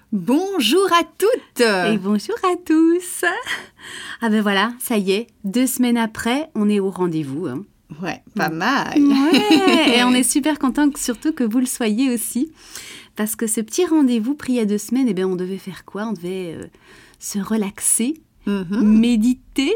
Bonjour à toutes et bonjour à tous. Ah ben voilà, ça y est, 2 semaines après, on est au rendez-vous. Hein. Ouais, pas mal. Ouais, et on est super contents surtout que vous le soyez aussi. Parce que ce petit rendez-vous pris il y a 2 semaines, on devait faire quoi ? On devait se relaxer, méditer,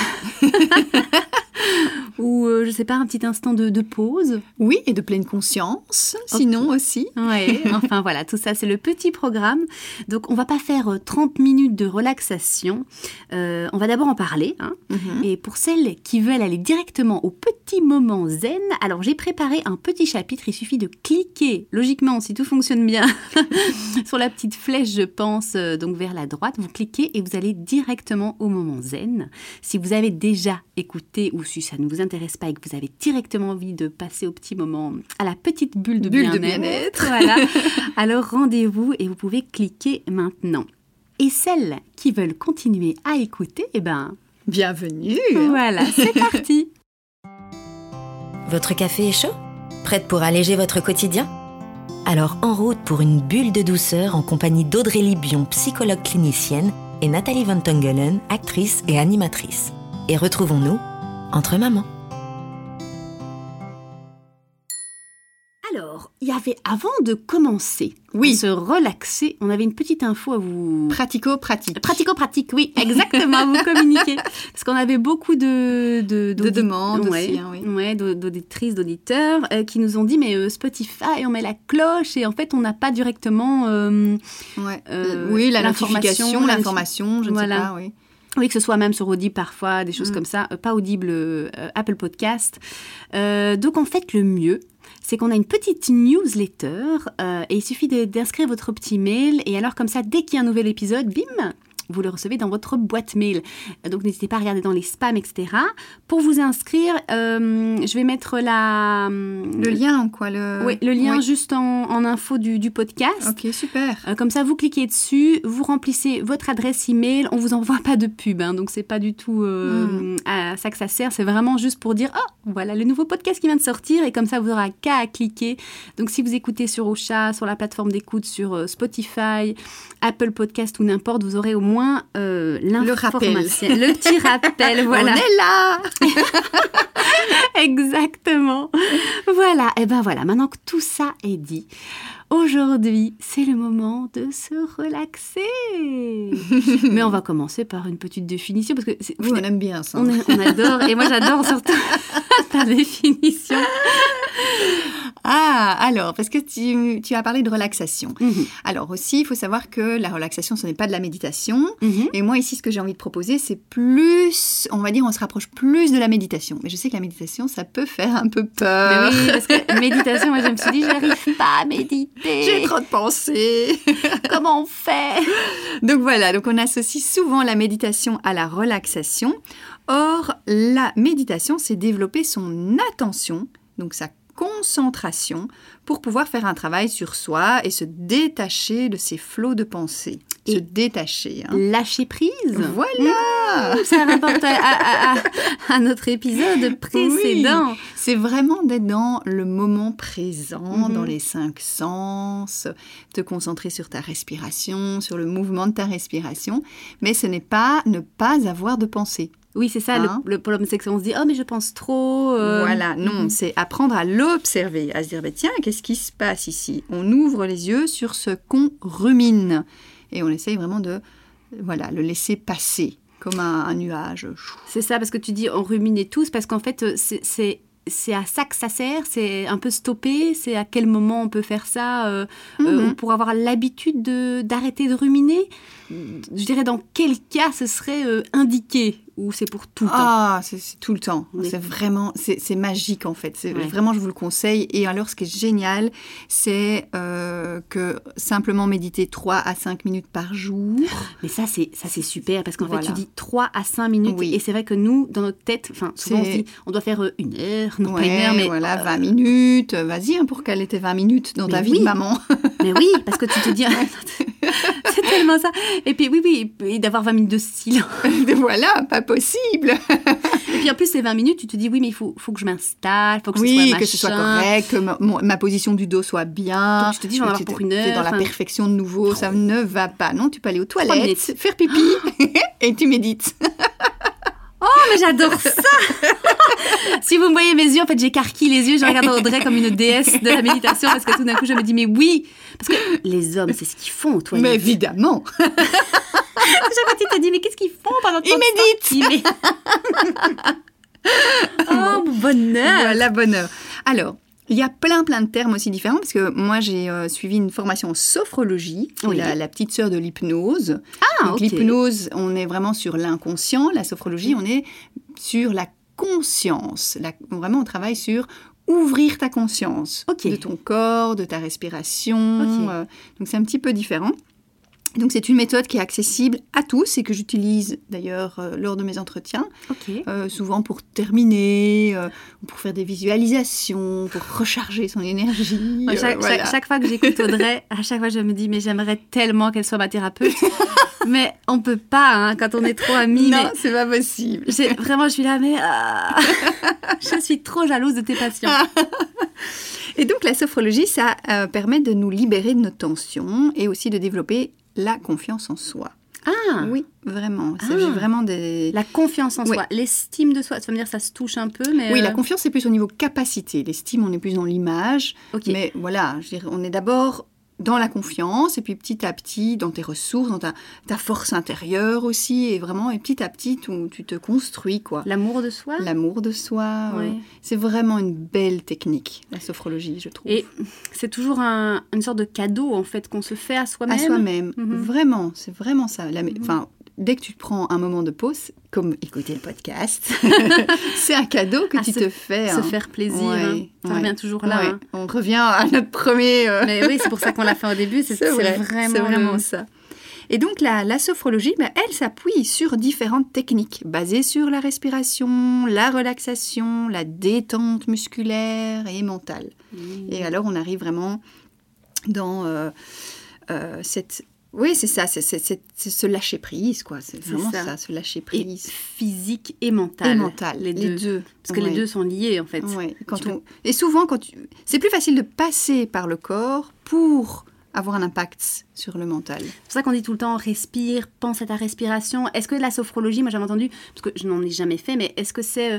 ou je sais pas, un petit instant de pause. Oui, et de pleine conscience, sinon aussi. Oui, enfin voilà, tout ça, c'est le petit programme. Donc, on va pas faire 30 minutes de relaxation. On va d'abord en parler. Hein. Et pour celles qui veulent aller directement au petit moment zen, alors j'ai préparé un petit chapitre. Il suffit de cliquer, logiquement, si tout fonctionne bien, sur la petite flèche, je pense, donc vers la droite. Vous cliquez et vous allez directement au moment zen. Si vous avez déjà écouté ou si ça ne vous intéresse pas et que vous avez directement envie de passer au petit moment, à la petite bulle de bien-être. Voilà. Alors rendez-vous et vous pouvez cliquer maintenant. Et celles qui veulent continuer à écouter, bienvenue. Voilà, c'est parti. Votre café est chaud ? Prête pour alléger votre quotidien ? Alors en route pour une bulle de douceur en compagnie d'Audrey Libion, psychologue clinicienne, et Nathalie Van Tongelen, actrice et animatrice. Et retrouvons-nous entre mamans. Alors, il y avait, avant de commencer à se relaxer, on avait une petite info à vous... Pratico-pratique. Pratico-pratique, oui, exactement, à vous communiquer. Parce qu'on avait beaucoup de demandes aussi. Hein, oui, d'auditrices, d'auditeurs qui nous ont dit, mais Spotify, on met la cloche et en fait, on n'a pas directement... oui, la notification, l'information, je ne sais pas, oui. Oui, que ce soit même sur Audible parfois, des choses comme ça. Pas Audible, Apple Podcast. Donc, en fait, le mieux, c'est qu'on a une petite newsletter et il suffit d'inscrire votre petit mail. Et alors, comme ça, dès qu'il y a un nouvel épisode, bim, vous le recevez dans votre boîte mail. Donc, n'hésitez pas à regarder dans les spams, etc. Pour vous inscrire, je vais mettre le lien, quoi. Oui, le lien juste en info du podcast. Ok, super. Comme ça, vous cliquez dessus, vous remplissez votre adresse email. On ne vous envoie pas de pub, hein, donc c'est pas du tout à ça que ça sert. C'est vraiment juste pour dire, oh, voilà le nouveau podcast qui vient de sortir. Et comme ça, vous n'aurez qu'à cliquer. Donc, si vous écoutez sur Ocha, sur la plateforme d'écoute, sur Spotify, Apple Podcast ou n'importe, vous aurez au moins le petit rappel, voilà. On est là. Exactement. Voilà, et voilà, maintenant que tout ça est dit, aujourd'hui, c'est le moment de se relaxer. Mais on va commencer par une petite définition, parce que on aime bien ça. On adore, et moi j'adore surtout ta définition. Ah, alors, parce que tu as parlé de relaxation. Alors aussi, il faut savoir que la relaxation, ce n'est pas de la méditation. Et moi, ici, ce que j'ai envie de proposer, c'est plus, on va dire, on se rapproche plus de la méditation. Mais je sais que la méditation, ça peut faire un peu peur. Mais oui, parce que méditation, moi, je me suis dit, j'arrive pas à méditer. J'ai trop de pensées. Comment on fait ? Donc voilà, donc on associe souvent la méditation à la relaxation. Or, la méditation, c'est développer son attention, donc sa concentration, pour pouvoir faire un travail sur soi et se détacher de ces flots de pensée. Se détacher. Hein. Lâcher prise. Voilà. Ça rapporte à notre épisode précédent. Oui. C'est vraiment d'être dans le moment présent, dans les 5 sens, te concentrer sur ta respiration, sur le mouvement de ta respiration, mais ce n'est pas ne pas avoir de pensée. Oui, c'est ça, le problème, c'est qu'on se dit « Oh, mais je pense trop !» Voilà, non, c'est apprendre à l'observer, à se dire « Tiens, qu'est-ce qui se passe ici ?» On ouvre les yeux sur ce qu'on rumine et on essaye vraiment de le laisser passer comme un nuage. C'est ça, parce que tu dis « On rumine tous », parce qu'en fait, c'est à ça que ça sert, c'est un peu stopper, c'est à quel moment on peut faire ça pour avoir l'habitude d'arrêter de ruminer. Je dirais dans quel cas ce serait indiqué ou c'est pour tout le temps? Ah, c'est tout le temps. C'est vraiment, c'est magique en fait. Vraiment, je vous le conseille. Et alors, ce qui est génial, c'est que simplement méditer 3 à 5 minutes par jour. Mais ça, c'est super parce qu'en fait, tu dis 3 à 5 minutes. Oui. Et c'est vrai que nous, dans notre tête, souvent on se dit, on doit faire 1 heure, non pas 1 heure, mais... voilà, 20 minutes. Vas-y, pour qu'elle ait 20 minutes dans ta vie de maman. Mais oui, parce que tu te dis... C'est tellement ça. Et puis, oui, d'avoir 20 minutes de silence. Voilà, pas possible. Et puis puis en plus, ces 20 minutes, tu te dis, oui, mais il faut que je m'installe, il faut que ce soit correct, que ma position du dos soit bien. Donc, je te dis, j'en ai avoir pour 1 heure. Tu es dans la perfection de nouveau, ça ne va pas. Non, tu peux aller aux toilettes, faire pipi et tu médites. Oh, mais j'adore ça. Si vous me voyez mes yeux, en fait, j'écarquille les yeux, je regarde Audrey comme une déesse de la méditation parce que tout d'un coup, je me dis, mais oui, parce que les hommes, c'est ce qu'ils font aux toilettes. Mais évidemment. Chaque fois, tu te dis, mais qu'est-ce qu'ils font pendant Ils méditent. Oh, bonheur. Voilà, bonheur. Alors, il y a plein de termes aussi différents parce que moi, j'ai suivi une formation en sophrologie, la petite sœur de l'hypnose. Ah, donc, ok. l'hypnose, on est vraiment sur l'inconscient. La sophrologie, on est sur la conscience. Vraiment, on travaille sur ouvrir ta conscience de ton corps, de ta respiration. Donc, c'est un petit peu différent. Donc, c'est une méthode qui est accessible à tous et que j'utilise d'ailleurs lors de mes entretiens. Souvent pour terminer, pour faire des visualisations, pour recharger son énergie. Chaque fois que j'écoute Audrey, à chaque fois je me dis, mais j'aimerais tellement qu'elle soit ma thérapeute. Mais on peut pas, quand on est trop amis. Non, c'est pas possible. Vraiment, je suis là, mais je suis trop jalouse de tes patients. Et donc, la sophrologie, ça permet de nous libérer de nos tensions et aussi de développer la confiance en soi. Ah oui, vraiment. J'ai vraiment La confiance en soi, l'estime de soi. Tu vas me dire, ça se touche un peu, mais... Oui, la confiance, c'est plus au niveau capacité. L'estime, on est plus dans l'image. Mais voilà, je dirais, on est d'abord dans la confiance, et puis petit à petit, dans tes ressources, dans ta force intérieure aussi, et vraiment, et petit à petit, tu te construis, quoi. L'amour de soi. L'amour de soi, c'est vraiment une belle technique, la sophrologie, je trouve. Et c'est toujours une sorte de cadeau, en fait, qu'on se fait à soi-même. À soi-même, vraiment, c'est vraiment ça. Dès que tu te prends un moment de pause, comme écouter le podcast, c'est un cadeau que tu te fais. Se faire plaisir. Ça revient toujours là. Ouais. On revient à notre premier... Mais oui, c'est pour ça qu'on l'a fait au début. C'est vraiment ça. Et donc, la sophrologie, elle s'appuie sur différentes techniques basées sur la respiration, la relaxation, la détente musculaire et mentale. Et alors, on arrive vraiment dans cette... Oui, c'est ça, c'est se lâcher prise, quoi. C'est vraiment ça, se lâcher prise. Et physique et mental. Et mental, les deux. Parce que les deux sont liés, en fait. Ouais. Et souvent, c'est plus facile de passer par le corps pour avoir un impact sur le mental. C'est pour ça qu'on dit tout le temps, respire, pense à ta respiration. Est-ce que la sophrologie, moi j'avais entendu, parce que je n'en ai jamais fait, mais est-ce que c'est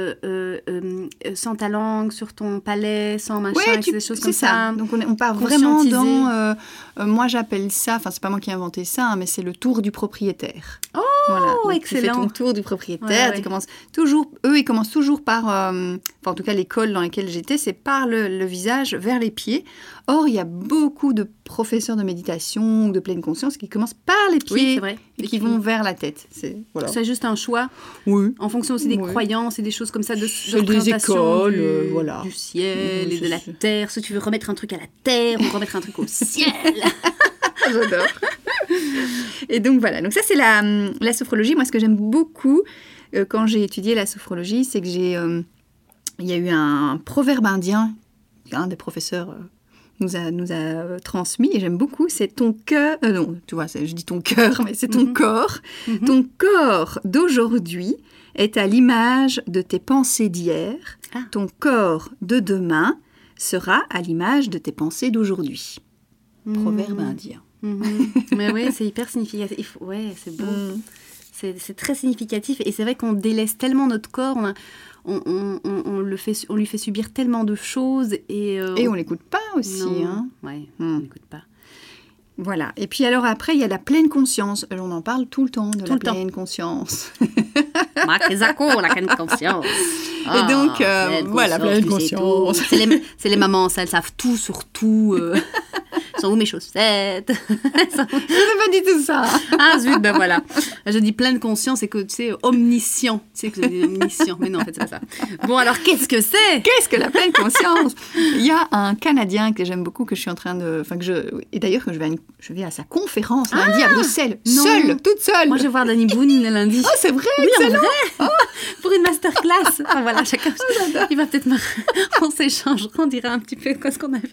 sans ta langue, sur ton palais, sans machin, des choses comme ça. Donc on part vraiment dans, moi j'appelle ça, enfin c'est pas moi qui ai inventé ça, mais c'est le tour du propriétaire. Oh, voilà. Donc, excellent. Tu fais ton tour du propriétaire, ils commencent toujours par, en tout cas l'école dans laquelle j'étais, c'est par le visage vers les pieds. Or, il y a beaucoup de professeurs de méditation ou de pleine conscience qui commencent par les pieds et qui vont vers la tête. C'est juste un choix en fonction aussi des croyances et des choses comme ça, de des écoles, du ciel et de la terre. Si tu veux remettre un truc à la terre ou remettre un truc au ciel. J'adore. Et donc voilà, donc ça c'est la sophrologie. Moi, ce que j'aime beaucoup quand j'ai étudié la sophrologie, c'est que il y a eu un proverbe indien, un des professeurs... nous a transmis, et j'aime beaucoup, c'est ton cœur... non, tu vois, je dis ton cœur, mais c'est ton corps. Ton corps d'aujourd'hui est à l'image de tes pensées d'hier. Ton corps de demain sera à l'image de tes pensées d'aujourd'hui. Proverbe indien. Mais oui, c'est hyper significatif. Ouais, c'est beau. C'est très significatif, et c'est vrai qu'on délaisse tellement notre corps, on lui fait subir tellement de choses, et on l'écoute pas aussi. On l'écoute pas. Voilà. Et puis alors après, il y a la pleine conscience. On en parle tout le temps de la pleine conscience. Ma la pleine conscience. Et donc, voilà, pleine conscience. C'est les mamans, ça, elles savent tout sur tout. Sont où mes chaussettes? Je n'ai pas dit tout ça. Ah zut, ben voilà. Je dis pleine conscience, et que tu sais, omniscient. Tu sais que je dis omniscient, mais non, en fait, c'est pas ça. Bon, alors, qu'est-ce que c'est? Qu'est-ce que la pleine conscience? Il y a un Canadien que j'aime beaucoup, que je suis en train de... Et d'ailleurs, que je vais à sa conférence lundi à Bruxelles. Toute seule. Moi, je vais voir Danny Boone le lundi. Oh, c'est vrai? Oui, excellent. En vrai. Pour une masterclass. Enfin, voilà, chacun... Il va peut-être... On s'échangera, on dira un petit peu quoi ce qu'on a vu.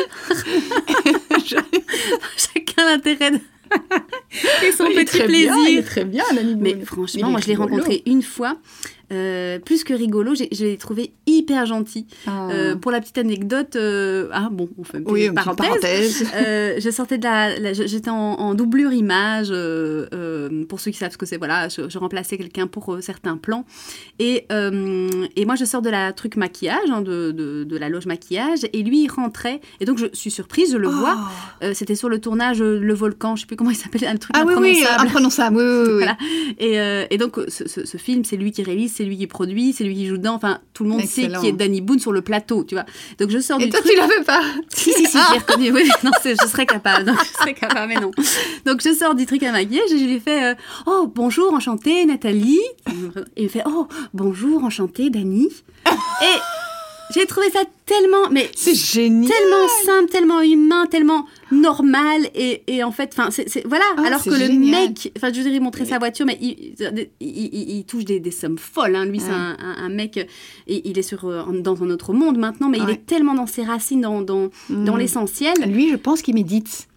Chacun l'intérêt et son petit plaisir. Il est très bien, Danny Boone. Mais franchement, moi je l'ai rencontré une fois. plus que rigolo, je l'ai trouvé hyper gentil. Pour la petite anecdote, on fait une petite parenthèse. Je sortais j'étais en doublure image, pour ceux qui savent ce que c'est, voilà, je remplaçais quelqu'un pour certains plans. Et moi, je sors de la truc maquillage, de la loge maquillage, et lui, il rentrait. Et donc, je suis surprise, je le vois. C'était sur le tournage Le Volcan, je ne sais plus comment il s'appelle, un truc imprononçable. Oui. Voilà. Et donc, ce film, c'est lui qui réalise, c'est lui qui produit, c'est lui qui joue dedans. Enfin, tout le monde sait qui est Danny Boone sur le plateau, tu vois. Donc, je sors du truc. Et toi, tu l'avais pas? Si, j'ai reconnu. Oui, non, je serais capable. Mais non. Donc, je sors du truc à maquillage et je lui fais oh, bonjour, enchantée, Nathalie. Et il me fait oh, bonjour, enchantée, Danny. Et j'ai trouvé ça tellement, mais c'est génial, tellement simple, tellement humain, tellement normal et en fait, enfin, voilà. Alors que le mec, enfin, je dirais montrer sa voiture, mais il touche des sommes folles. Hein. Lui, c'est un mec, et il est dans un autre monde maintenant, mais il est tellement dans ses racines, dans l'essentiel. Lui, je pense qu'il médite.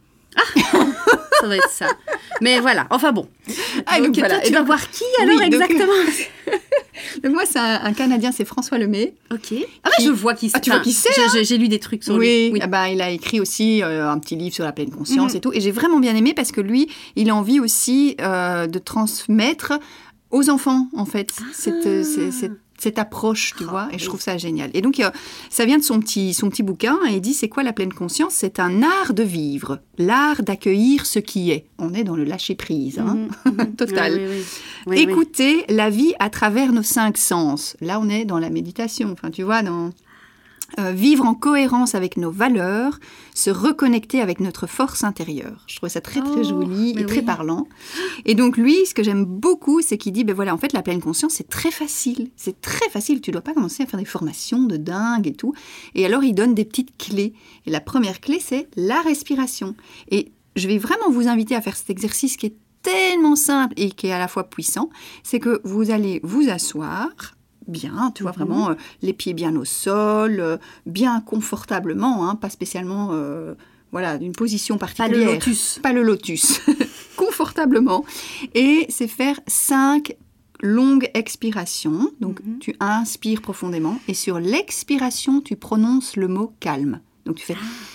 Ça va être ça. Mais voilà, enfin bon. Donc voilà. Toi, tu vas voir qui alors exactement? Donc moi, c'est un Canadien, c'est François Lemay. Ok. Je vois qui c'est. Tu vois qui c'est? J'ai lu des trucs sur lui. Oui. Il a écrit aussi un petit livre sur la pleine conscience et tout. Et j'ai vraiment bien aimé parce que lui, il a envie aussi de transmettre aux enfants, en fait, cette approche, tu vois, et je trouve ça génial. Et donc, ça vient de son petit bouquin, et il dit, c'est quoi la pleine conscience? C'est un art de vivre, l'art d'accueillir ce qui est. On est dans le lâcher-prise, total. Oui. Écouter la vie à travers nos 5 sens. Là, on est dans la méditation, enfin, tu vois, dans... vivre en cohérence avec nos valeurs, se reconnecter avec notre force intérieure. Je trouve ça très, très joli et très parlant. Et donc, lui, ce que j'aime beaucoup, c'est qu'il dit, en fait, la pleine conscience, c'est très facile. C'est très facile. Tu ne dois pas commencer à faire des formations de dingue et tout. Et alors, il donne des petites clés. Et la première clé, c'est la respiration. Et je vais vraiment vous inviter à faire cet exercice qui est tellement simple et qui est à la fois puissant. C'est que vous allez vous asseoir bien, tu vois, vraiment les pieds bien au sol, bien confortablement, pas spécialement, d'une position particulière. Pas le lotus. Confortablement. Et c'est faire 5 longues expirations. Donc, tu inspires profondément et sur l'expiration, tu prononces le mot calme. Donc, tu fais...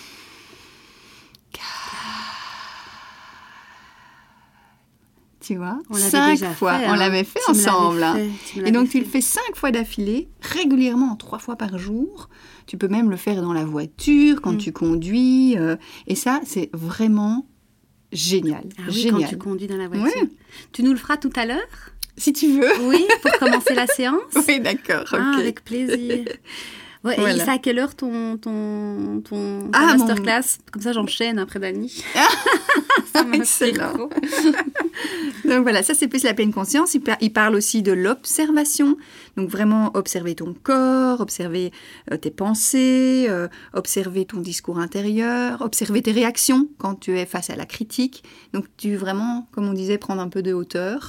Tu vois, 5 fois. On l'avait fait ensemble. Et donc, tu le fais 5 fois d'affilée, régulièrement, 3 fois par jour. Tu peux même le faire dans la voiture, quand tu conduis. Et ça, c'est vraiment génial. Génial. Quand tu conduis dans la voiture. Ouais. Tu nous le feras tout à l'heure? Si tu veux. Oui, pour commencer la séance. Oui, d'accord. Okay. Avec plaisir. Ouais, voilà. Et c'est à quelle heure ton masterclass? Comme ça, j'enchaîne après Dany. Excellent. Donc voilà, ça c'est plus la pleine conscience. Il parle aussi de l'observation. Donc vraiment observer ton corps, observer tes pensées, observer ton discours intérieur, observer tes réactions quand tu es face à la critique. Donc tu vraiment, comme on disait, prendre un peu de hauteur.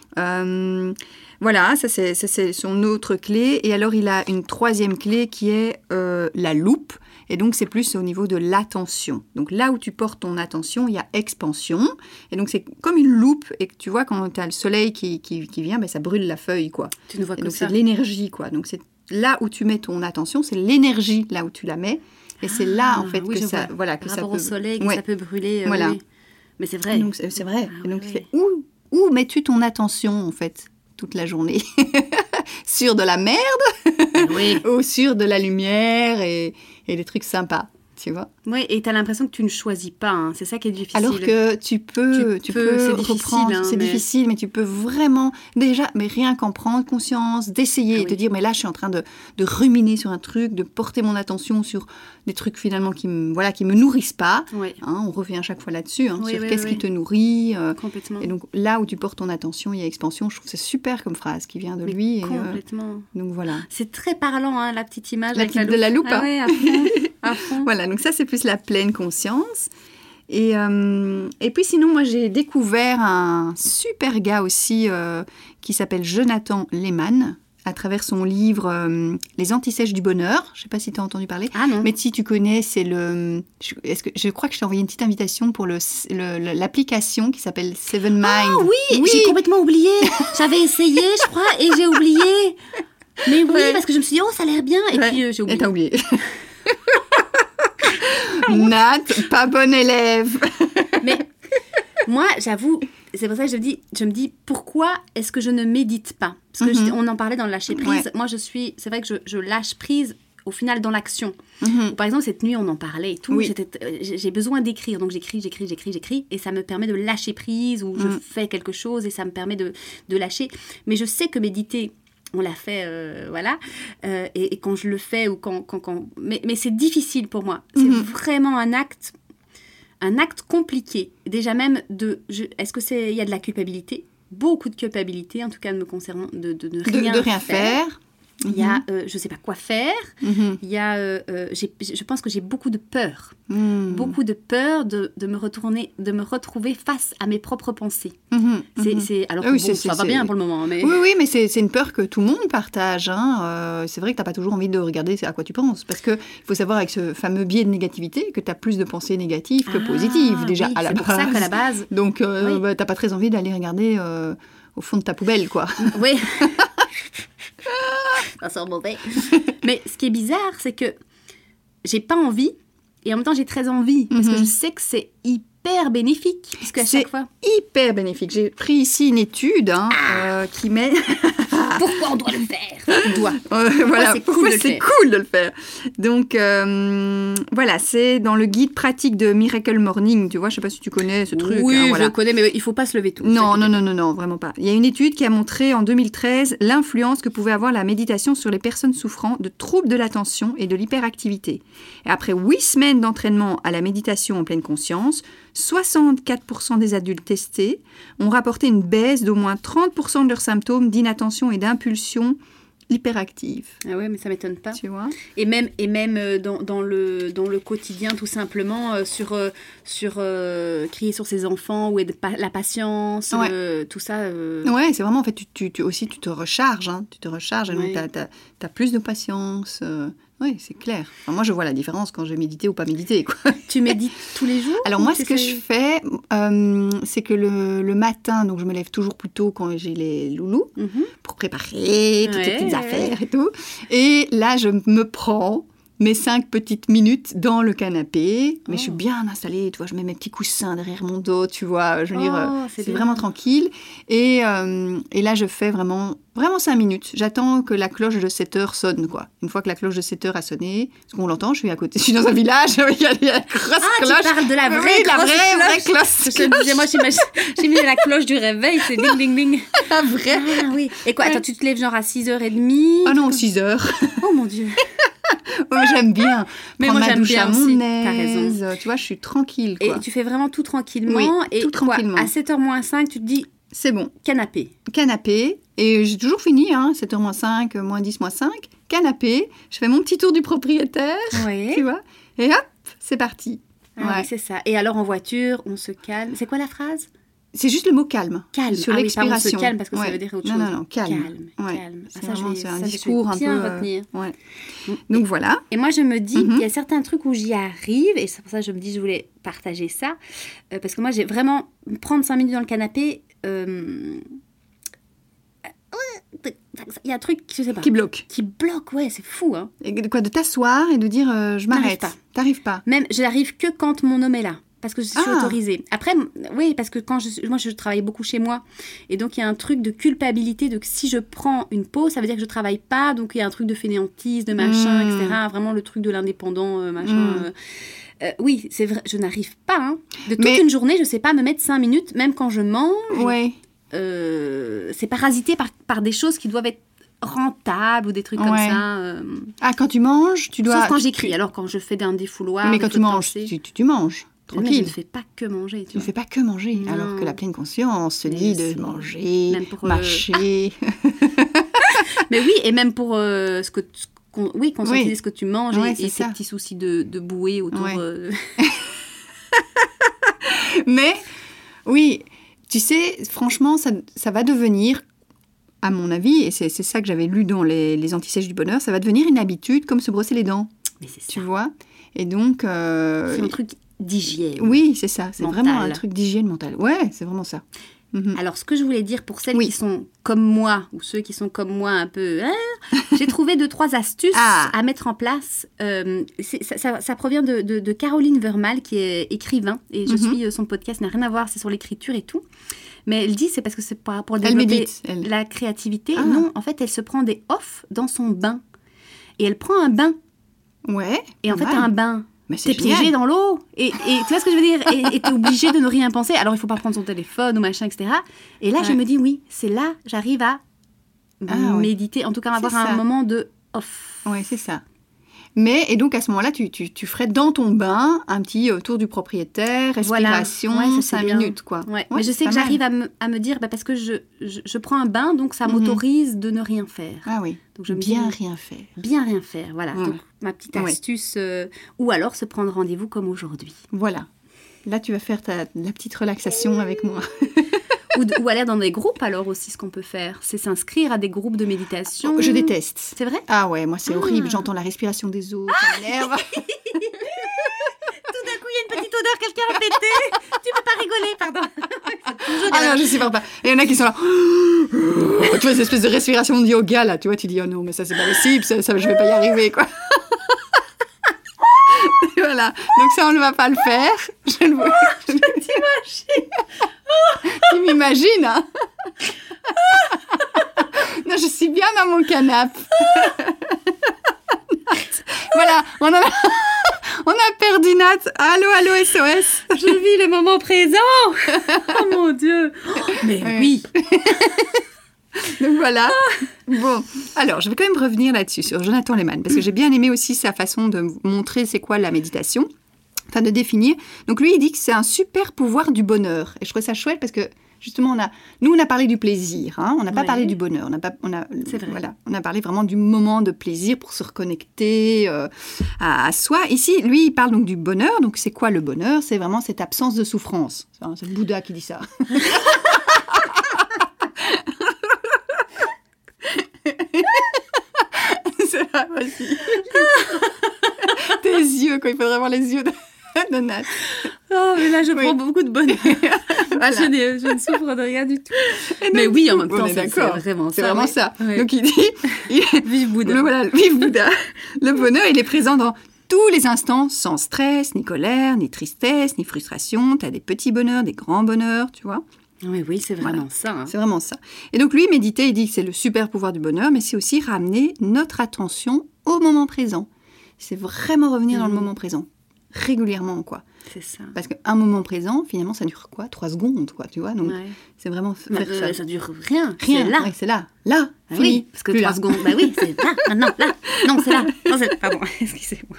Voilà, ça c'est son autre clé. Et alors, il a une 3e clé qui est la loupe. Et donc, c'est plus au niveau de l'attention. Donc, là où tu portes ton attention, il y a expansion. Et donc, c'est comme une loupe. Et que tu vois, quand tu as le soleil qui vient, ça brûle la feuille, quoi. Tu ne vois que donc, ça. c'est de l'énergie, quoi. Donc, c'est là où tu mets ton attention, c'est l'énergie là où tu la mets. Et c'est là, en fait, que ça... Voilà, que par ça rapport peut... au soleil, que ça peut brûler. Voilà. Oui. Mais c'est vrai. Donc, c'est vrai. Et donc, c'est où mets-tu ton attention, en fait, toute la journée? Sur de la merde ou sur de la lumière et des trucs sympas, tu vois? Oui, et tu as l'impression que tu ne choisis pas, c'est ça qui est difficile. Alors que tu peux c'est reprendre, difficile, mais tu peux vraiment déjà, mais rien qu'en prendre conscience, d'essayer et te dire, mais là je suis en train de ruminer sur un truc, de porter mon attention sur des trucs finalement qui me nourrissent pas. Oui. On revient à chaque fois là-dessus, sur qu'est-ce qui te nourrit. Complètement. Et donc là où tu portes ton attention, il y a expansion. Je trouve que c'est super comme phrase qui vient de lui. Complètement. Donc voilà. C'est très parlant, la petite image avec la loupe. De la loupe. Ah ouais, à fond, à fond. Voilà, donc ça c'est plus la pleine conscience. Et puis sinon, moi j'ai découvert un super gars aussi qui s'appelle Jonathan Lehman, à travers son livre Les antisèches du bonheur. Je ne sais pas si tu as entendu parler. Ah non. Mais si tu connais, c'est le... Je crois que je t'ai envoyé une petite invitation pour l'application qui s'appelle Seven Mind. Ah oui, j'ai complètement oublié. J'avais essayé, je crois, et j'ai oublié. Mais oui, parce que je me suis dit, oh, ça a l'air bien. Et puis, j'ai oublié. Et t'as oublié. Nat, pas bonne élève. Mais moi, j'avoue, c'est pour ça que je me dis, pourquoi est-ce que je ne médite pas? Parce que on en parlait dans le lâcher prise. Ouais. Moi, c'est vrai que je lâche prise au final dans l'action. Par exemple, cette nuit, on en parlait et tout. Oui. J'ai besoin d'écrire, donc j'écris, et ça me permet de lâcher prise, ou je fais quelque chose et ça me permet de lâcher. Mais je sais que méditer, on l'a fait, voilà. Et quand je le fais, ou mais c'est difficile pour moi. C'est vraiment un acte compliqué. Déjà même est-ce que il y a de la culpabilité? Beaucoup de culpabilité, en tout cas me concernant, de rien faire. Il y a, je ne sais pas quoi faire. Il y a, je pense que j'ai beaucoup de peur. Beaucoup de peur de me retrouver face à mes propres pensées. Alors que ça va bien pour le moment. Mais... Oui, mais c'est une peur que tout le monde partage. Hein. C'est vrai que tu n'as pas toujours envie de regarder à quoi tu penses. Parce qu'il faut savoir, avec ce fameux biais de négativité, que tu as plus de pensées négatives que positives, déjà, oui, à la base. C'est pour ça qu'à la base... Donc, tu n'as pas très envie d'aller regarder au fond de ta poubelle, quoi. Oui. Ça sent mauvais. Mais ce qui est bizarre, c'est que j'ai pas envie et en même temps j'ai très envie parce que je sais que c'est hyper bénéfique, puisque à chaque fois... hyper bénéfique. J'ai pris ici une étude qui met... Pourquoi on doit le faire? On doit. Voilà, pourquoi c'est cool de le faire. Donc, voilà, c'est dans le guide pratique de Miracle Morning. Tu vois, je ne sais pas si tu connais ce truc. Oui, voilà. je le connais, mais il ne faut pas se lever tout. Non, vraiment pas. Il y a une étude qui a montré en 2013 l'influence que pouvait avoir la méditation sur les personnes souffrant de troubles de l'attention et de l'hyperactivité. Et après 8 semaines d'entraînement à la méditation en pleine conscience, 64% des adultes testés ont rapporté une baisse d'au moins 30% de leurs symptômes d'inattention et d'impulsion hyperactive. Ah ouais, mais ça m'étonne pas. Tu vois ? Et même dans le quotidien, tout simplement, sur crier sur ses enfants, ou la patience, tout ça. Ouais, c'est vraiment, en fait, tu te recharges. Hein, tu te recharges, donc t'as plus de patience. Oui, c'est clair. Enfin, moi, je vois la différence quand je médite ou pas méditer, quoi. Tu médites tous les jours? Alors moi, ce que je fais, c'est que le matin, donc je me lève toujours plus tôt quand j'ai les loulous, pour préparer toutes ces petites affaires et tout. Et là, je me prends mes 5 petites minutes dans le canapé, mais je suis bien installée, tu vois, je mets mes petits coussins derrière mon dos, tu vois, je veux dire, c'est vraiment tranquille. Et là, je fais vraiment 5 minutes. J'attends que la cloche de 7 heures sonne, quoi. Une fois que la cloche de 7 heures a sonné, parce qu'on l'entend, je suis à côté, je suis dans un village, il y a une grosse cloche. Tu parles de la vraie vraie cloche. Je te disais, moi, j'ai mis la cloche du réveil, c'est ding, ding, ding. La vraie. Ah oui. Et quoi, attends, tu te lèves genre à 6h30? Ah non, 6h. Oh mon Dieu. Ouais, j'aime bien prendre ma douche à mon aise. T'as raison. Tu vois, je suis tranquille, quoi. Et tu fais vraiment tout tranquillement. Oui, et tout tranquillement. À 7h-5, tu te dis... C'est bon. Canapé. Et j'ai toujours fini, 7h-5, -10, -5. Canapé. Je fais mon petit tour du propriétaire, tu vois. Et hop, c'est parti. Oui, c'est ça. Et alors, en voiture, on se calme. C'est quoi la phrase? C'est juste le mot calme. Calme. Sur l'expiration. On se calme parce que ça veut dire autre chose. Non, calme. Calme. C'est un discours un peu... retenir. Ouais. Donc voilà. Et moi, je me dis, il y a certains trucs où j'y arrive, et c'est pour ça que je me dis, je voulais partager ça, parce que moi, j'ai vraiment... Prendre 5 minutes dans le canapé... Il y a un truc, je sais pas. Qui bloque. Ouais, c'est fou, hein. Et de t'asseoir et de dire, je m'arrête. T'arrives pas. Même, je n'arrive que quand mon homme est là. Parce que je suis autorisée. Après, oui, parce que moi, je travaille beaucoup chez moi. Et donc, il y a un truc de culpabilité de que si je prends une pause, ça veut dire que je ne travaille pas. Donc, il y a un truc de fainéantise, de machin, etc. Vraiment le truc de l'indépendant, machin. Oui, c'est vrai, je n'arrive pas. Hein. De toute une journée, je ne sais pas me mettre 5 minutes, même quand je mange. Ouais. C'est parasité par des choses qui doivent être rentables ou des trucs comme ça. Quand tu manges, tu dois... Sauf quand j'écris. Alors, quand je fais un défouloir... Mais quand tu manges, tu manges. Tranquille. Mais je ne fais pas que manger. Tu ne fais pas que manger, non. Alors que la pleine conscience se dit de manger, marcher. Mais oui, et même pour conscientiser ce que tu manges et ces petits soucis de bouée autour. Mais oui, tu sais, franchement, ça va devenir à mon avis, et c'est ça que j'avais lu dans les antisèches du bonheur, ça va devenir une habitude comme se brosser les dents. Mais c'est ça. Tu vois? Et donc... C'est un truc d'hygiène. Oui, c'est ça. C'est mentale. vraiment un truc d'hygiène mentale. Ouais, c'est vraiment ça. Alors, ce que je voulais dire pour celles qui sont comme moi, ou ceux qui sont comme moi un peu... j'ai trouvé 2-3 astuces à mettre en place. Ça provient de Caroline Vermal, qui est écrivain. Et je suis son podcast, n'a rien à voir, c'est sur l'écriture et tout. Mais elle dit, c'est parce que c'est pour développer la créativité. Ah. Non, en fait, elle se prend des off dans son bain. Et elle prend un bain. Ouais. Et en fait, un bain... T'es piégé dans l'eau. Et tu vois ce que je veux dire? Et t'es obligé de ne rien penser. Alors, il ne faut pas prendre son téléphone ou machin, etc. Et là, je me dis, oui, c'est là, j'arrive à méditer. En tout cas, avoir un moment de off. Oui, c'est ça. Mais, et donc, à ce moment-là, tu ferais dans ton bain un petit tour du propriétaire, respiration, 5 minutes, quoi. Ouais. Mais je sais que j'arrive à me dire, parce que je prends un bain, donc ça m'autorise de ne rien faire. Ah oui, donc je rien faire. Bien rien faire, voilà. Donc, ma petite astuce, ou alors se prendre rendez-vous comme aujourd'hui. Voilà. Là, tu vas faire la petite relaxation avec moi. Ou aller dans des groupes, alors aussi, ce qu'on peut faire, c'est s'inscrire à des groupes de méditation. Je déteste. C'est vrai? Ah ouais, moi, c'est horrible. J'entends la respiration des autres, ça m'énerve. Tout d'un coup, il y a une petite odeur, quelqu'un a pété. Tu peux pas rigoler, pardon. Non, je supporte pas. Et il y en a qui sont là. Tu vois, cette espèce de respiration de yoga, là. Tu vois, tu dis, oh non, mais ça, c'est pas possible. Ça, je vais pas y arriver, quoi. Voilà. Donc ça, on ne va pas le faire. Je t'imagine. Tu m'imagines, hein? Non, je suis bien dans mon canapé. Voilà, on a perdu Nat. Allô, SOS. Je vis le moment présent. Oh mon Dieu. Mais oui. Donc voilà. Bon, alors je vais quand même revenir là-dessus, sur Jonathan Lehmann, parce que j'ai bien aimé aussi sa façon de montrer c'est quoi la méditation, enfin de définir. Donc lui, il dit que c'est un super pouvoir du bonheur. Et je trouve ça chouette parce que justement, on a parlé du plaisir, hein, on n'a pas parlé du bonheur. C'est vrai. Voilà, on a parlé vraiment du moment de plaisir pour se reconnecter à soi. Ici, lui, il parle donc du bonheur. Donc c'est quoi le bonheur? C'est vraiment cette absence de souffrance. C'est le Bouddha qui dit ça. C'est vrai aussi. Tes yeux, quoi. Il faudrait voir les yeux de Nat. Oh, mais là, je prends beaucoup de bonheur. Voilà. Je ne souffre de rien du tout. Donc, mais oui, en même temps, c'est vraiment ça. C'est vraiment ça. Ouais. Donc, il dit... Vive Bouddha. Voilà, vive Bouddha. Le bonheur, il est présent dans tous les instants, sans stress, ni colère, ni tristesse, ni frustration. Tu as des petits bonheurs, des grands bonheurs, tu vois. Oui, c'est vraiment ça. Hein. C'est vraiment ça. Et donc, lui, méditer, il dit que c'est le super pouvoir du bonheur, mais c'est aussi ramener notre attention au moment présent. C'est vraiment revenir dans le moment présent. Régulièrement, quoi. C'est ça. Parce qu'un moment présent, finalement, ça dure quoi? 3 secondes, quoi, tu vois. Donc, c'est vraiment faire ça. Ça dure rien. Rien, c'est là. Ouais, c'est là. Là, fini. Oui, parce que 3 secondes, oui, c'est là, maintenant, là. Non, c'est là. Non, pardon, excusez-moi.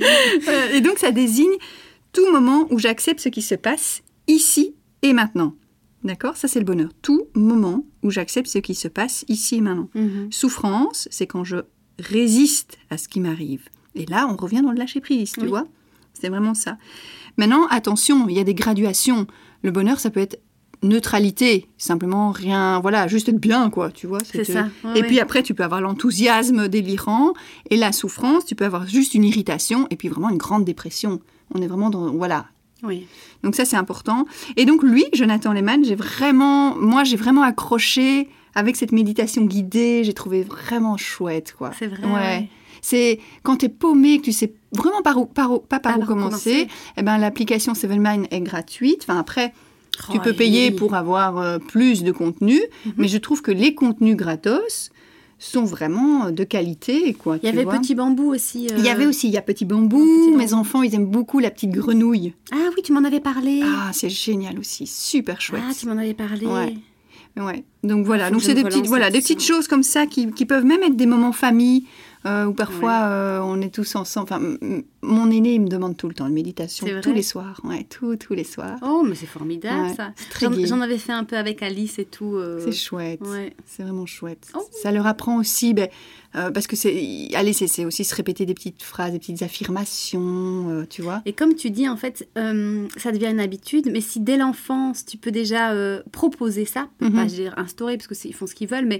Et donc, ça désigne tout moment où j'accepte ce qui se passe ici et maintenant. D'accord? Ça, c'est le bonheur. Tout moment où j'accepte ce qui se passe ici et maintenant. Souffrance, c'est quand je résiste à ce qui m'arrive. Et là, on revient dans le lâcher-prise, tu vois? C'est vraiment ça. Maintenant, attention, il y a des graduations. Le bonheur, ça peut être neutralité, simplement rien, voilà, juste être bien, quoi, tu vois. C'est ça. Et puis après, tu peux avoir l'enthousiasme délirant, et la souffrance, tu peux avoir juste une irritation, et puis vraiment une grande dépression. On est vraiment dans, voilà. Oui. Donc ça, c'est important. Et donc lui, Jonathan Lehmann, j'ai vraiment accroché avec cette méditation guidée, j'ai trouvé vraiment chouette, quoi. C'est vrai. Ouais. C'est quand t'es paumé, que tu sais vraiment pas par où commencer. Eh ben, l'application Seven Mind est gratuite. Enfin, après, tu peux payer pour avoir plus de contenu. Mais je trouve que les contenus gratos sont vraiment de qualité, quoi. Il y avait Petit Bambou aussi. Il y a Petit Bambou. Mes enfants, ils aiment beaucoup la petite grenouille. Ah oui, tu m'en avais parlé. Ah, c'est génial aussi. Super chouette. Ah, tu m'en avais parlé. Ouais. Donc voilà. Donc c'est des petites choses comme ça qui peuvent même être des moments famille. Où parfois on est tous ensemble. Enfin, mon aîné, il me demande tout le temps de méditation, tous les soirs. Ouais, tous les soirs. Oh, mais c'est formidable ça. J'en avais fait un peu avec Alice et tout. C'est chouette. Ouais. C'est vraiment chouette. Oh. Ça leur apprend aussi, parce que c'est aussi se répéter des petites phrases, des petites affirmations, tu vois. Et comme tu dis, en fait, ça devient une habitude. Mais si dès l'enfance, tu peux déjà proposer ça, pas dire instaurer, parce qu'ils font ce qu'ils veulent, mais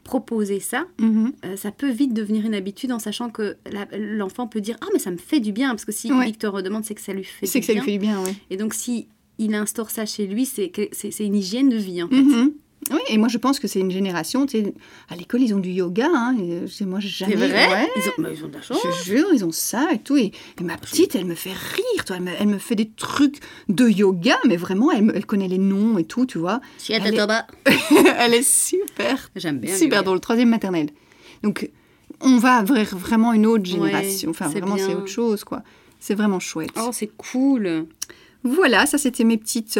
proposer ça, ça peut vite devenir une habitude en sachant que l'enfant peut dire « Ah, mais ça me fait du bien », parce que si Victor demande, c'est que ça lui fait du bien. C'est que ça lui fait du bien, oui. Et donc, si il instaure ça chez lui, c'est une hygiène de vie, en fait. Oui, et moi je pense que c'est une génération, tu sais, à l'école ils ont du yoga, hein, et moi j'ai jamais... C'est vrai ouais. Ils ont de la chance. Je jure, ils ont ça et tout, et ma petite, elle me fait rire, toi, elle me fait des trucs de yoga, mais vraiment, elle connaît les noms et tout, tu vois. Elle est super, j'aime bien super drôle, 3e maternelle. Donc, on va vers vraiment une autre génération, enfin vraiment c'est autre chose, quoi. C'est vraiment chouette. Oh, c'est cool. Voilà, ça c'était mes petites...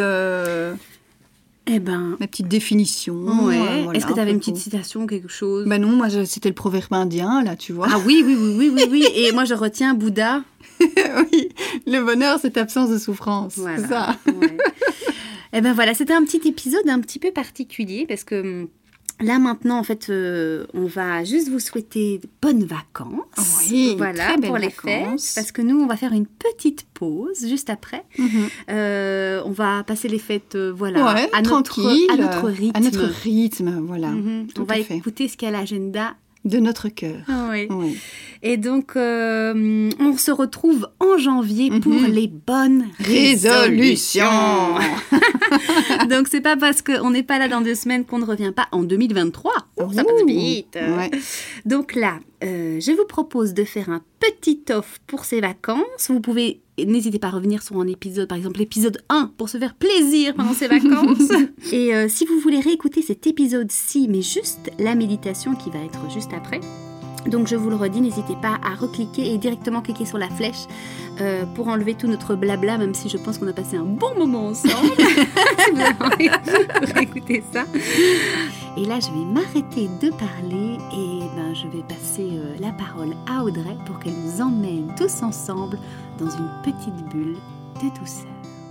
ma petite définition. Voilà, est-ce que tu avais une petite citation ou quelque chose? Non, moi c'était le proverbe indien, là, tu vois. Ah oui. Et moi je retiens Bouddha. Oui, le bonheur, c'est absence de souffrance. Voilà. C'est ça. Ouais. Voilà, c'était un petit épisode un petit peu particulier parce que... Là, maintenant, en fait, on va juste vous souhaiter de bonnes vacances. Oui, voilà, très belles pour les vacances. fêtes. Parce que nous, on va faire une petite pause juste après. On va passer les fêtes, à notre rythme. À notre rythme, voilà. On va écouter ce qu'il y a à l'agenda de notre cœur. Oui. Et donc, on se retrouve en janvier pour les bonnes résolutions. Donc, c'est pas parce qu'on n'est pas là dans 2 semaines qu'on ne revient pas en 2023. Ça passe vite. Ouais. Donc là, je vous propose de faire un petit off pour ces vacances. Vous pouvez, n'hésitez pas à revenir sur un épisode, par exemple l'épisode 1, pour se faire plaisir pendant ces vacances. Et si vous voulez réécouter cet épisode-ci, mais juste la méditation qui va être juste après, donc je vous le redis, n'hésitez pas à recliquer et directement cliquer sur la flèche pour enlever tout notre blabla, même si je pense qu'on a passé un bon moment ensemble. Si vous avez envie de réécouter ça. Et là, je vais m'arrêter de parler et je vais passer la parole à Audrey pour qu'elle nous emmène tous ensemble dans une petite bulle de douceur.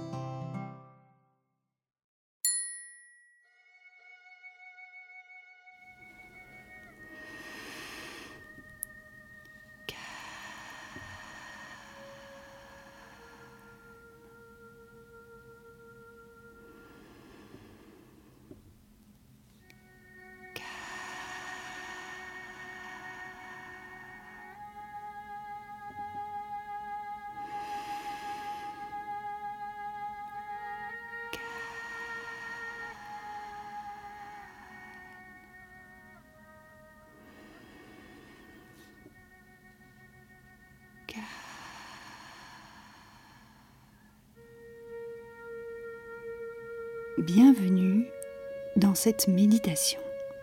Bienvenue dans cette méditation.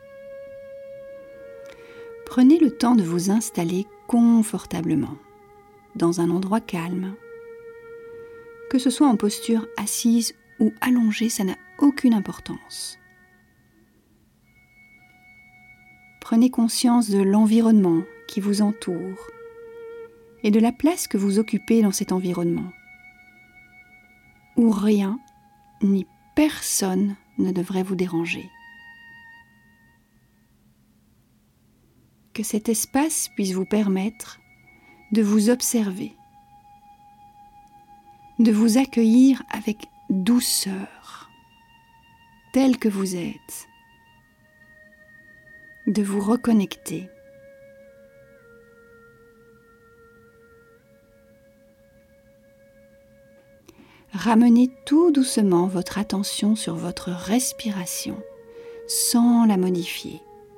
Prenez le temps de vous installer confortablement dans un endroit calme. Que ce soit en posture assise ou allongée, ça n'a aucune importance. Prenez conscience de l'environnement qui vous entoure et de la place que vous occupez dans cet environnement, où rien ni personne ne devrait vous déranger. Que cet espace puisse vous permettre de vous observer, de vous accueillir avec douceur, tel que vous êtes, de vous reconnecter. Ramenez tout doucement votre attention sur votre respiration, sans la modifier.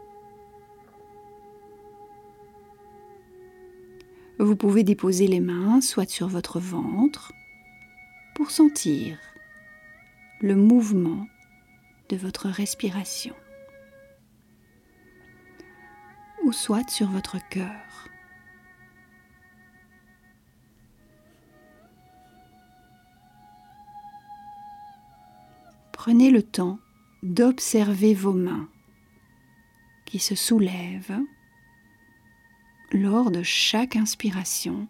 Vous pouvez déposer les mains soit sur votre ventre pour sentir le mouvement de votre respiration, ou soit sur votre cœur. Prenez le temps d'observer vos mains qui se soulèvent lors de chaque inspiration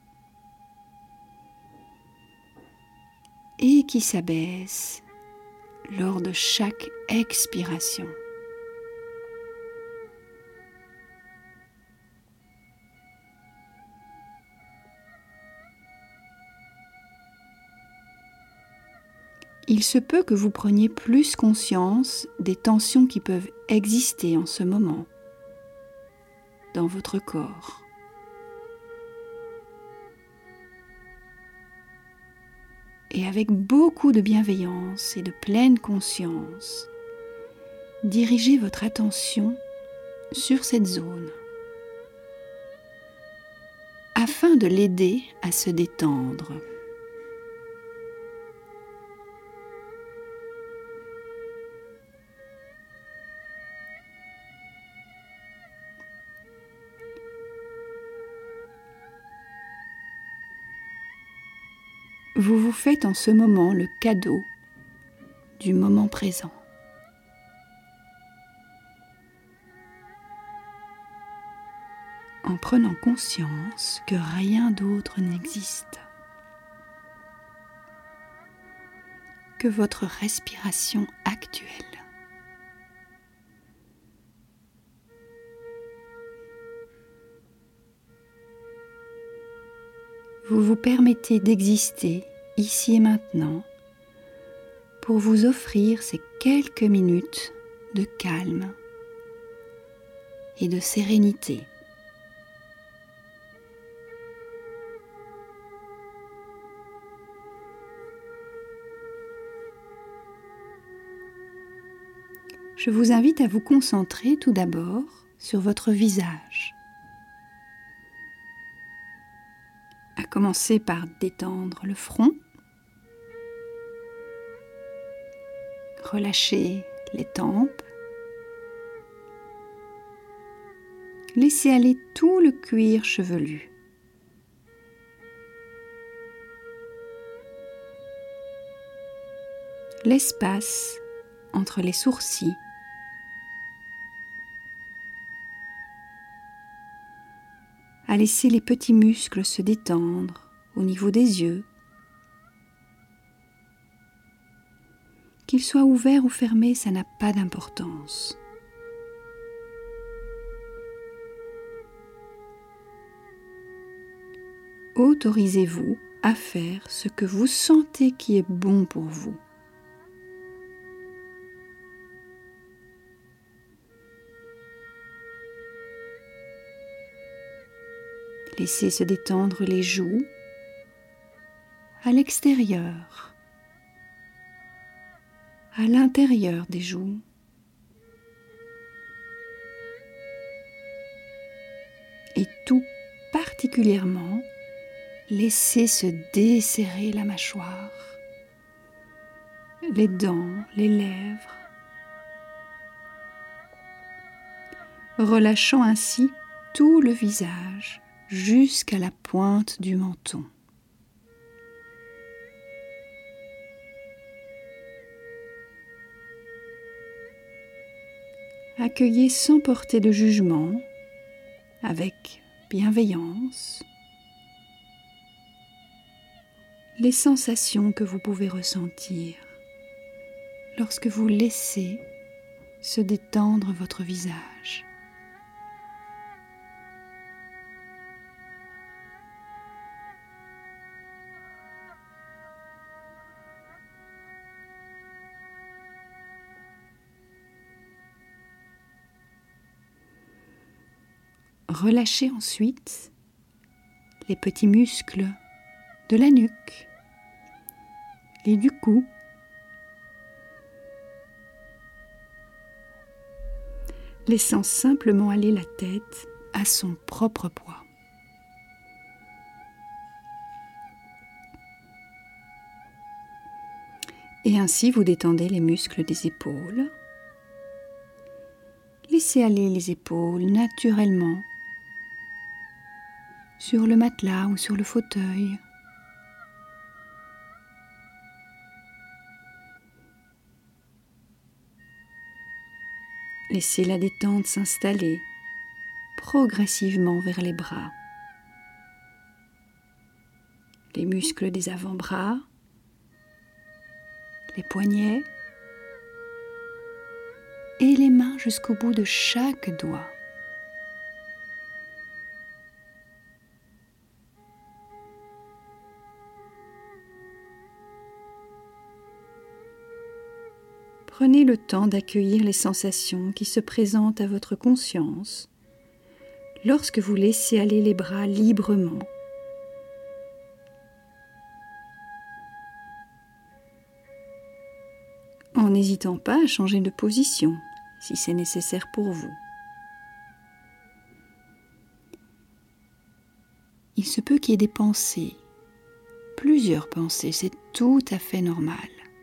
et qui s'abaissent lors de chaque expiration. Il se peut que vous preniez plus conscience des tensions qui peuvent exister en ce moment dans votre corps. Et avec beaucoup de bienveillance et de pleine conscience, dirigez votre attention sur cette zone afin de l'aider à se détendre. Vous vous faites en ce moment le cadeau du moment présent. En prenant conscience que rien d'autre n'existe, que votre respiration actuelle. Vous vous permettez d'exister ici et maintenant pour vous offrir ces quelques minutes de calme et de sérénité. Je vous invite à vous concentrer tout d'abord sur votre visage. À commencer par détendre le front, relâcher les tempes, laissez aller tout le cuir chevelu. L'espace entre les sourcils, à laisser les petits muscles se détendre au niveau des yeux, qu'ils soient ouverts ou fermés, ça n'a pas d'importance. Autorisez-vous à faire ce que vous sentez qui est bon pour vous. Laissez se détendre les joues à l'extérieur, à l'intérieur des joues. Et tout particulièrement, laissez se desserrer la mâchoire, les dents, les lèvres, relâchant ainsi tout le visage jusqu'à la pointe du menton. Accueillez sans porter de jugement, avec bienveillance, les sensations que vous pouvez ressentir lorsque vous laissez se détendre votre visage. Relâchez ensuite les petits muscles de la nuque et du cou. Laissant simplement aller la tête à son propre poids. Et ainsi vous détendez les muscles des épaules. Laissez aller les épaules naturellement sur le matelas ou sur le fauteuil. Laissez la détente s'installer progressivement vers les bras, les muscles des avant-bras, les poignets et les mains jusqu'au bout de chaque doigt. Prenez le temps d'accueillir les sensations qui se présentent à votre conscience lorsque vous laissez aller les bras librement. En n'hésitant pas à changer de position si c'est nécessaire pour vous. Il se peut qu'il y ait des pensées, plusieurs pensées, c'est tout à fait normal.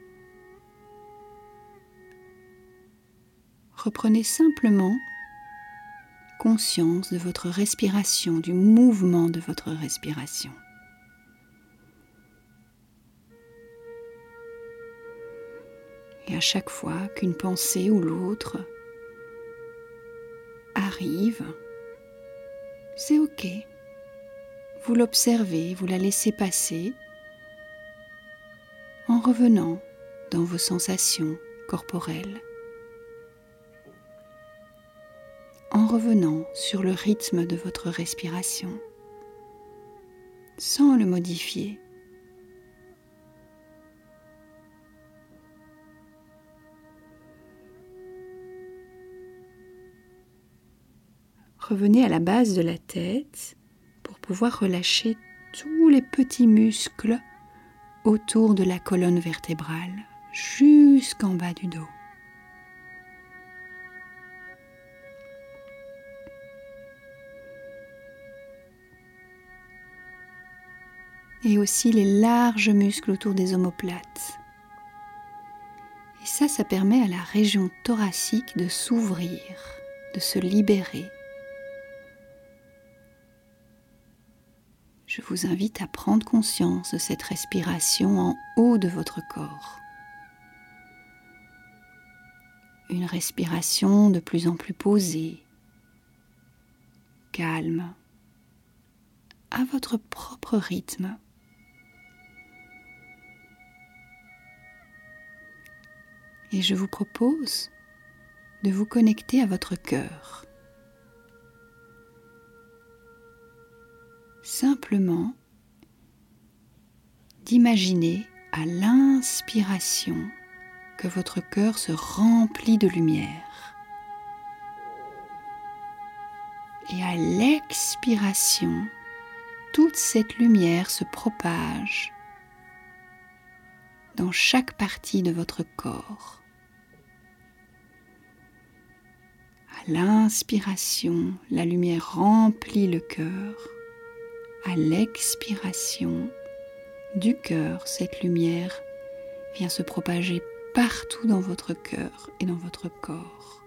Reprenez simplement conscience de votre respiration, du mouvement de votre respiration. Et à chaque fois qu'une pensée ou l'autre arrive, c'est ok. Vous l'observez, vous la laissez passer en revenant dans vos sensations corporelles, en revenant sur le rythme de votre respiration, sans le modifier. Revenez à la base de la tête pour pouvoir relâcher tous les petits muscles autour de la colonne vertébrale, jusqu'en bas du dos. Et aussi les larges muscles autour des omoplates. Et ça permet à la région thoracique de s'ouvrir, de se libérer. Je vous invite à prendre conscience de cette respiration en haut de votre corps. Une respiration de plus en plus posée, calme, à votre propre rythme. Et je vous propose de vous connecter à votre cœur. Simplement d'imaginer à l'inspiration que votre cœur se remplit de lumière et à l'expiration, toute cette lumière se propage dans chaque partie de votre corps. À l'inspiration, la lumière remplit le cœur. À l'expiration du cœur, cette lumière vient se propager partout dans votre cœur et dans votre corps.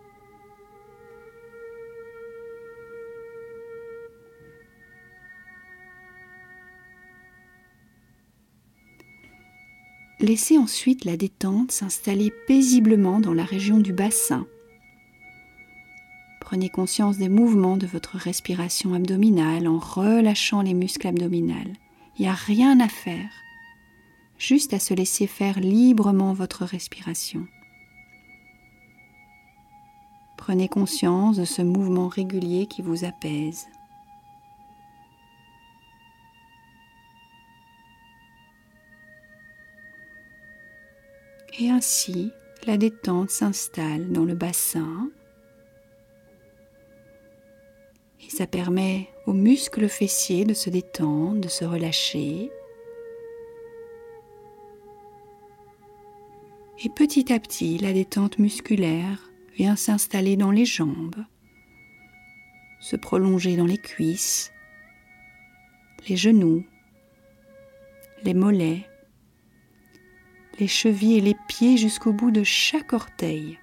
Laissez ensuite la détente s'installer paisiblement dans la région du bassin. Prenez conscience des mouvements de votre respiration abdominale en relâchant les muscles abdominaux. Il n'y a rien à faire, juste à se laisser faire librement votre respiration. Prenez conscience de ce mouvement régulier qui vous apaise. Et ainsi, la détente s'installe dans le bassin. Et ça permet aux muscles fessiers de se détendre, de se relâcher. Et petit à petit, la détente musculaire vient s'installer dans les jambes, se prolonger dans les cuisses, les genoux, les mollets, les chevilles et les pieds jusqu'au bout de chaque orteil.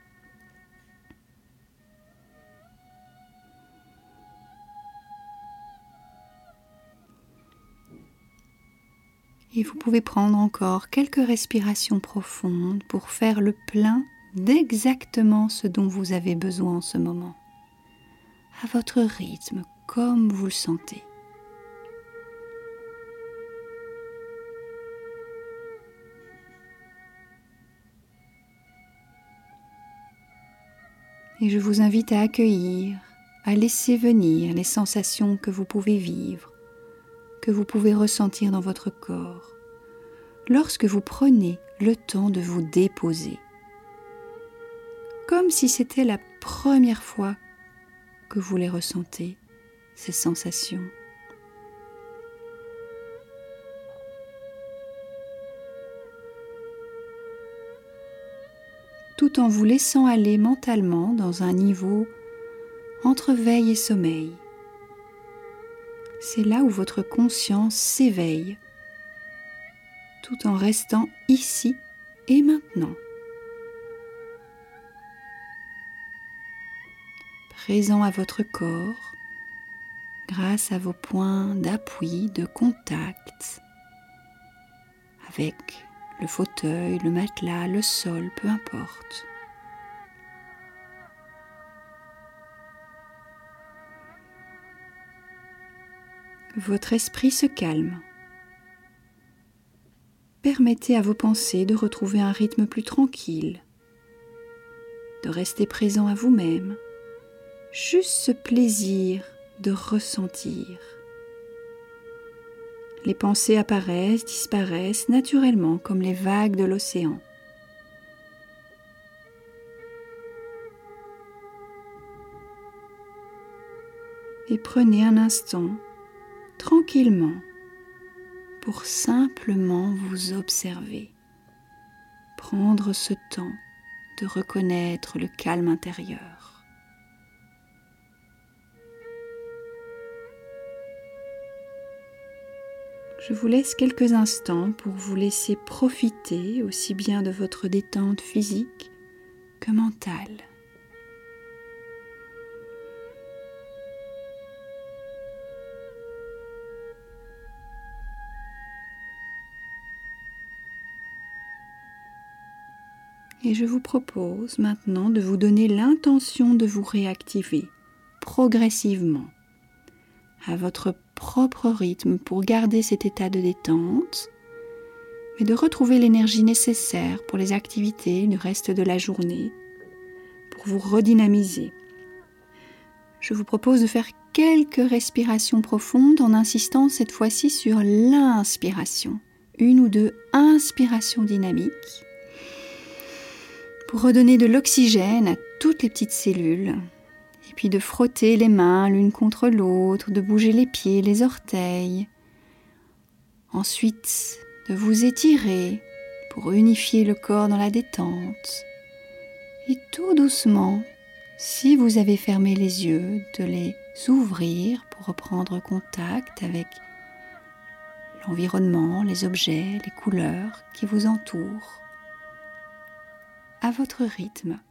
Et vous pouvez prendre encore quelques respirations profondes pour faire le plein d'exactement ce dont vous avez besoin en ce moment, à votre rythme, comme vous le sentez. Et je vous invite à accueillir, à laisser venir les sensations que vous pouvez vivre, que vous pouvez ressentir dans votre corps, lorsque vous prenez le temps de vous déposer, comme si c'était la première fois que vous les ressentez, ces sensations. Tout en vous laissant aller mentalement dans un niveau entre veille et sommeil. C'est là où votre conscience s'éveille, tout en restant ici et maintenant. Présent à votre corps, grâce à vos points d'appui, de contact, avec le fauteuil, le matelas, le sol, peu importe. Votre esprit se calme. Permettez à vos pensées de retrouver un rythme plus tranquille, de rester présent à vous-même, juste ce plaisir de ressentir. Les pensées apparaissent, disparaissent naturellement comme les vagues de l'océan. Et prenez un instant, tranquillement, pour simplement vous observer. Prendre ce temps de reconnaître le calme intérieur. Je vous laisse quelques instants pour vous laisser profiter aussi bien de votre détente physique que mentale. Et je vous propose maintenant de vous donner l'intention de vous réactiver progressivement à votre propre rythme pour garder cet état de détente, mais de retrouver l'énergie nécessaire pour les activités du reste de la journée, pour vous redynamiser. Je vous propose de faire quelques respirations profondes en insistant cette fois-ci sur l'inspiration. 1 ou 2 inspirations dynamiques pour redonner de l'oxygène à toutes les petites cellules. Et puis de frotter les mains l'une contre l'autre, de bouger les pieds, les orteils. Ensuite, de vous étirer pour unifier le corps dans la détente. Et tout doucement, si vous avez fermé les yeux, de les ouvrir pour reprendre contact avec l'environnement, les objets, les couleurs qui vous entourent, à votre rythme.